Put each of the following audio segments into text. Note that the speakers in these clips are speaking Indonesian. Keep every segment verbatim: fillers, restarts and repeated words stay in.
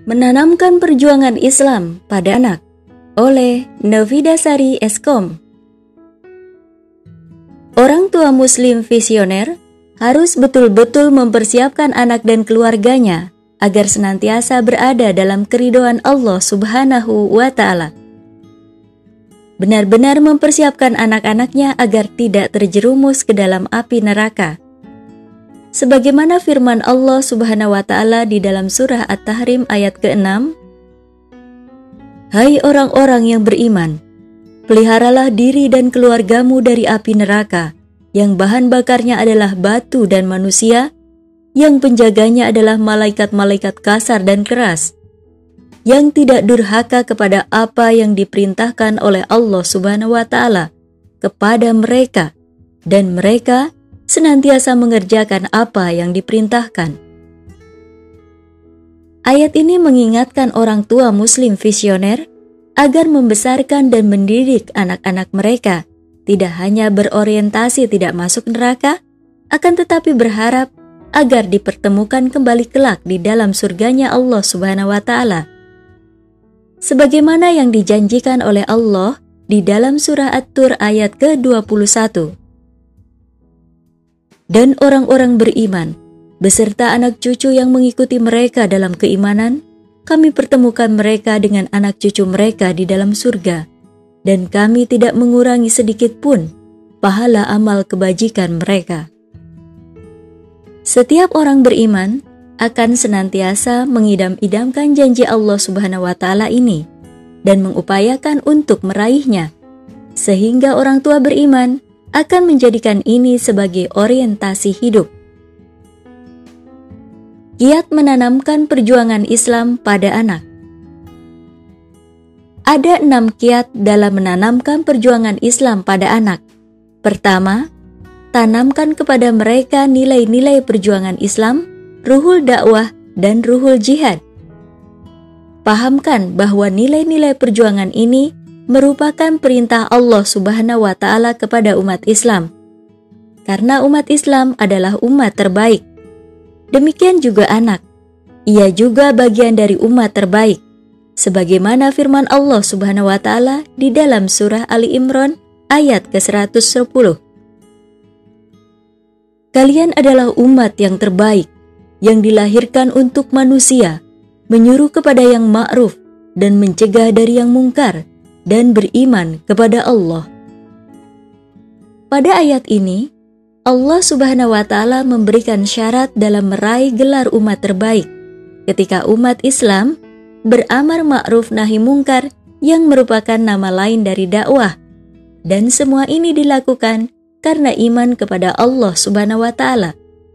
Menanamkan perjuangan Islam pada anak oleh Novidasari Eskom. Orang tua muslim visioner harus betul-betul mempersiapkan anak dan keluarganya agar senantiasa berada dalam keridhaan Allah Subhanahu wa Ta'ala. Benar-benar mempersiapkan anak-anaknya agar tidak terjerumus ke dalam api neraka. Sebagaimana firman Allah Subhanahu wa Ta'ala di dalam surah At-Tahrim ayat keenam, "Hai orang-orang yang beriman, peliharalah diri dan keluargamu dari api neraka, yang bahan bakarnya adalah batu dan manusia, yang penjaganya adalah malaikat-malaikat kasar dan keras, yang tidak durhaka kepada apa yang diperintahkan oleh Allah Subhanahu wa Ta'ala kepada mereka, dan mereka senantiasa mengerjakan apa yang diperintahkan." Ayat ini mengingatkan orang tua muslim visioner agar membesarkan dan mendidik anak-anak mereka tidak hanya berorientasi tidak masuk neraka, akan tetapi berharap agar dipertemukan kembali kelak di dalam surganya Allah Subhanahu wa Ta'ala. Sebagaimana yang dijanjikan oleh Allah di dalam surah At-Tur ayat ke dua puluh satu. Dan orang-orang beriman, beserta anak cucu yang mengikuti mereka dalam keimanan, kami pertemukan mereka dengan anak cucu mereka di dalam surga, dan kami tidak mengurangi sedikit pun pahala amal kebajikan mereka. Setiap orang beriman akan senantiasa mengidam-idamkan janji Allah Subhanahu wa Ta'ala ini dan mengupayakan untuk meraihnya, sehingga orang tua beriman akan menjadikan ini sebagai orientasi hidup. Giat menanamkan perjuangan Islam pada anak. Ada enam kiat dalam menanamkan perjuangan Islam pada anak. Pertama, tanamkan kepada mereka nilai-nilai perjuangan Islam, ruhul dakwah, dan ruhul jihad. Pahamkan bahwa nilai-nilai perjuangan ini merupakan perintah Allah Subhanahu wa Ta'ala kepada umat Islam, karena umat Islam adalah umat terbaik. Demikian juga anak, ia juga bagian dari umat terbaik, sebagaimana firman Allah Subhanahu wa Ta'ala di dalam surah Ali Imran ayat ke seratus sepuluh. Kalian adalah umat yang terbaik, yang dilahirkan untuk manusia, menyuruh kepada yang ma'ruf dan mencegah dari yang mungkar, dan beriman kepada Allah. Pada ayat ini, Allah Subhanahu wa Ta'ala memberikan syarat dalam meraih gelar umat terbaik ketika umat Islam beramar ma'ruf nahi mungkar yang merupakan nama lain dari dakwah, dan semua ini dilakukan karena iman kepada Allah Subhanahu wa Ta'ala.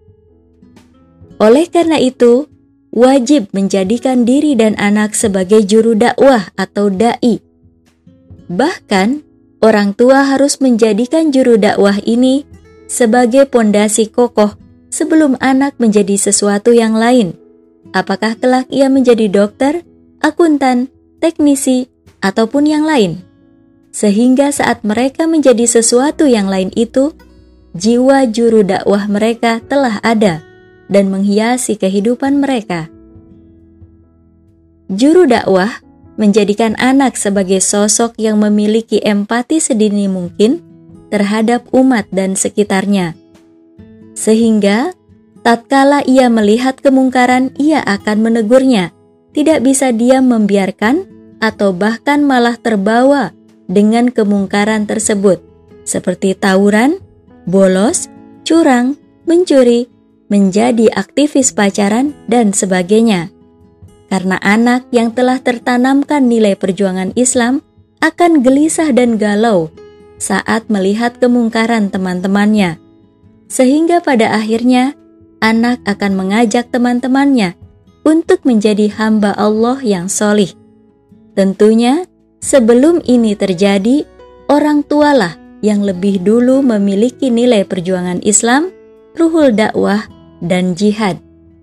Oleh karena itu, wajib menjadikan diri dan anak sebagai juru dakwah atau da'i. Bahkan, orang tua harus menjadikan juru dakwah ini sebagai pondasi kokoh sebelum anak menjadi sesuatu yang lain. Apakah kelak ia menjadi dokter, akuntan, teknisi, ataupun yang lain. Sehingga saat mereka menjadi sesuatu yang lain itu, jiwa juru dakwah mereka telah ada dan menghiasi kehidupan mereka. Juru dakwah menjadikan anak sebagai sosok yang memiliki empati sedini mungkin terhadap umat dan sekitarnya. Sehingga, tatkala ia melihat kemungkaran, ia akan menegurnya. Tidak bisa diam membiarkan atau bahkan malah terbawa dengan kemungkaran tersebut, seperti tawuran, bolos, curang, mencuri, menjadi aktivis pacaran, dan sebagainya. Karena anak yang telah tertanamkan nilai perjuangan Islam akan gelisah dan galau saat melihat kemungkaran teman-temannya. Sehingga pada akhirnya, anak akan mengajak teman-temannya untuk menjadi hamba Allah yang solih. Tentunya, sebelum ini terjadi, orang tualah yang lebih dulu memiliki nilai perjuangan Islam, ruhul dakwah, dan jihad.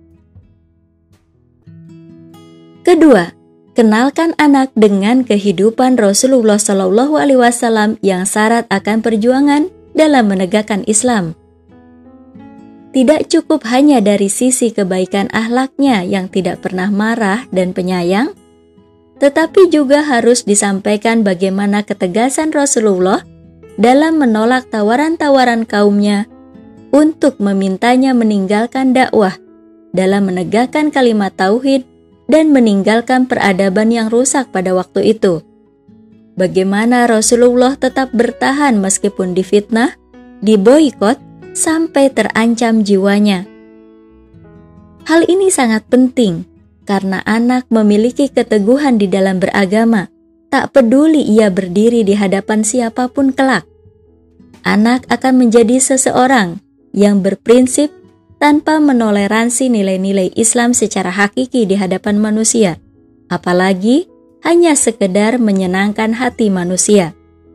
Kedua, kenalkan anak dengan kehidupan Rasulullah Shallallahu Alaihi Wasallam yang syarat akan perjuangan dalam menegakkan Islam. tidak cukup hanya dari sisi kebaikan akhlaknya yang tidak pernah marah dan penyayang, tetapi juga harus disampaikan bagaimana ketegasan Rasulullah dalam menolak tawaran-tawaran kaumnya untuk memintanya meninggalkan dakwah dalam menegakkan kalimat tauhid dan meninggalkan peradaban yang rusak pada waktu itu. Bagaimana Rasulullah tetap bertahan meskipun difitnah, diboikot, sampai terancam jiwanya. Hal ini sangat penting karena anak memiliki keteguhan di dalam beragama, tak peduli ia berdiri di hadapan siapapun kelak. Anak akan menjadi seseorang yang berprinsip tanpa menoleransi nilai-nilai Islam secara hakiki di hadapan manusia, apalagi hanya sekedar menyenangkan hati manusia.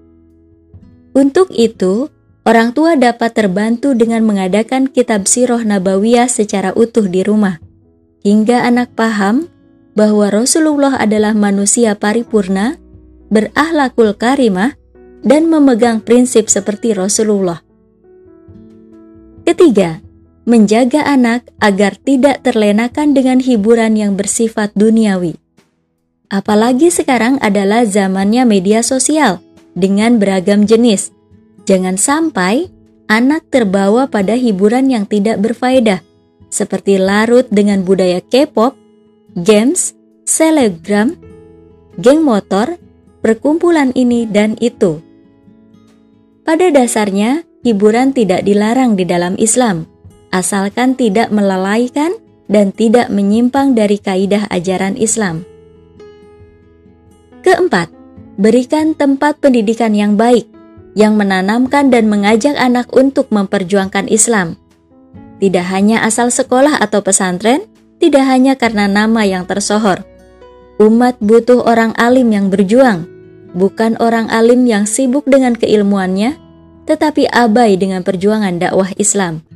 Untuk itu, orang tua dapat terbantu dengan mengadakan kitab sirah nabawiyah secara utuh di rumah, hingga anak paham bahwa Rasulullah adalah manusia paripurna, berakhlakul karimah, dan memegang prinsip seperti Rasulullah. Ketiga, menjaga anak agar tidak terlenakan dengan hiburan yang bersifat duniawi. Apalagi sekarang adalah zamannya media sosial dengan beragam jenis. Jangan sampai anak terbawa pada hiburan yang tidak berfaedah, seperti larut dengan budaya K-pop, games, selebgram, geng motor, perkumpulan ini dan itu. Pada dasarnya, hiburan tidak dilarang di dalam Islam, asalkan tidak melalaikan dan tidak menyimpang dari kaidah ajaran Islam. Keempat, berikan tempat pendidikan yang baik, yang menanamkan dan mengajak anak untuk memperjuangkan Islam. Tidak hanya asal sekolah atau pesantren, tidak hanya karena nama yang tersohor. Umat butuh orang alim yang berjuang, bukan orang alim yang sibuk dengan keilmuannya, tetapi abai dengan perjuangan dakwah Islam.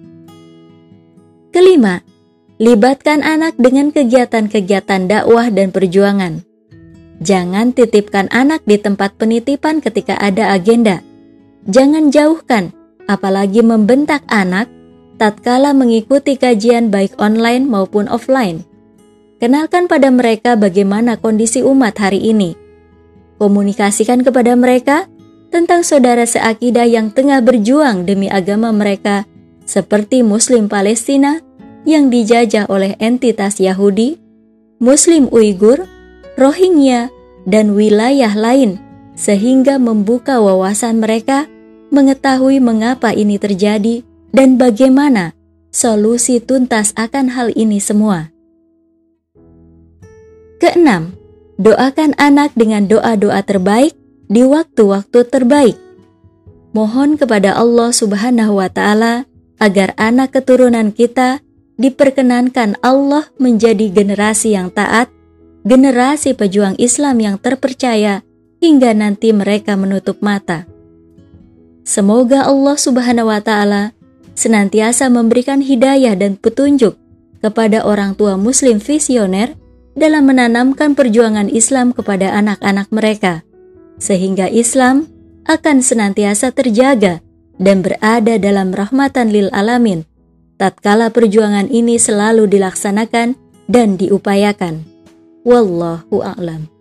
Kelima, libatkan anak dengan kegiatan-kegiatan dakwah dan perjuangan. Jangan titipkan anak di tempat penitipan ketika ada agenda. Jangan jauhkan, apalagi membentak anak tatkala mengikuti kajian baik online maupun offline. Kenalkan pada mereka bagaimana kondisi umat hari ini. Komunikasikan kepada mereka tentang saudara seakidah yang tengah berjuang demi agama mereka, seperti Muslim Palestina yang dijajah oleh entitas Yahudi, Muslim Uighur, Rohingya, dan wilayah lain, sehingga membuka wawasan mereka mengetahui mengapa ini terjadi dan bagaimana solusi tuntas akan hal ini semua. Keenam, doakan anak dengan doa-doa terbaik di waktu-waktu terbaik. Mohon kepada Allah Subhanahu wa Ta'ala agar anak keturunan kita diperkenankan Allah menjadi generasi yang taat, generasi pejuang Islam yang terpercaya hingga nanti mereka menutup mata. Semoga Allah Subhanahu wa Ta'ala senantiasa memberikan hidayah dan petunjuk kepada orang tua muslim visioner dalam menanamkan perjuangan Islam kepada anak-anak mereka, sehingga Islam akan senantiasa terjaga dan berada dalam rahmatan lil alamin tatkala perjuangan ini selalu dilaksanakan dan diupayakan. Wallahu a'lam.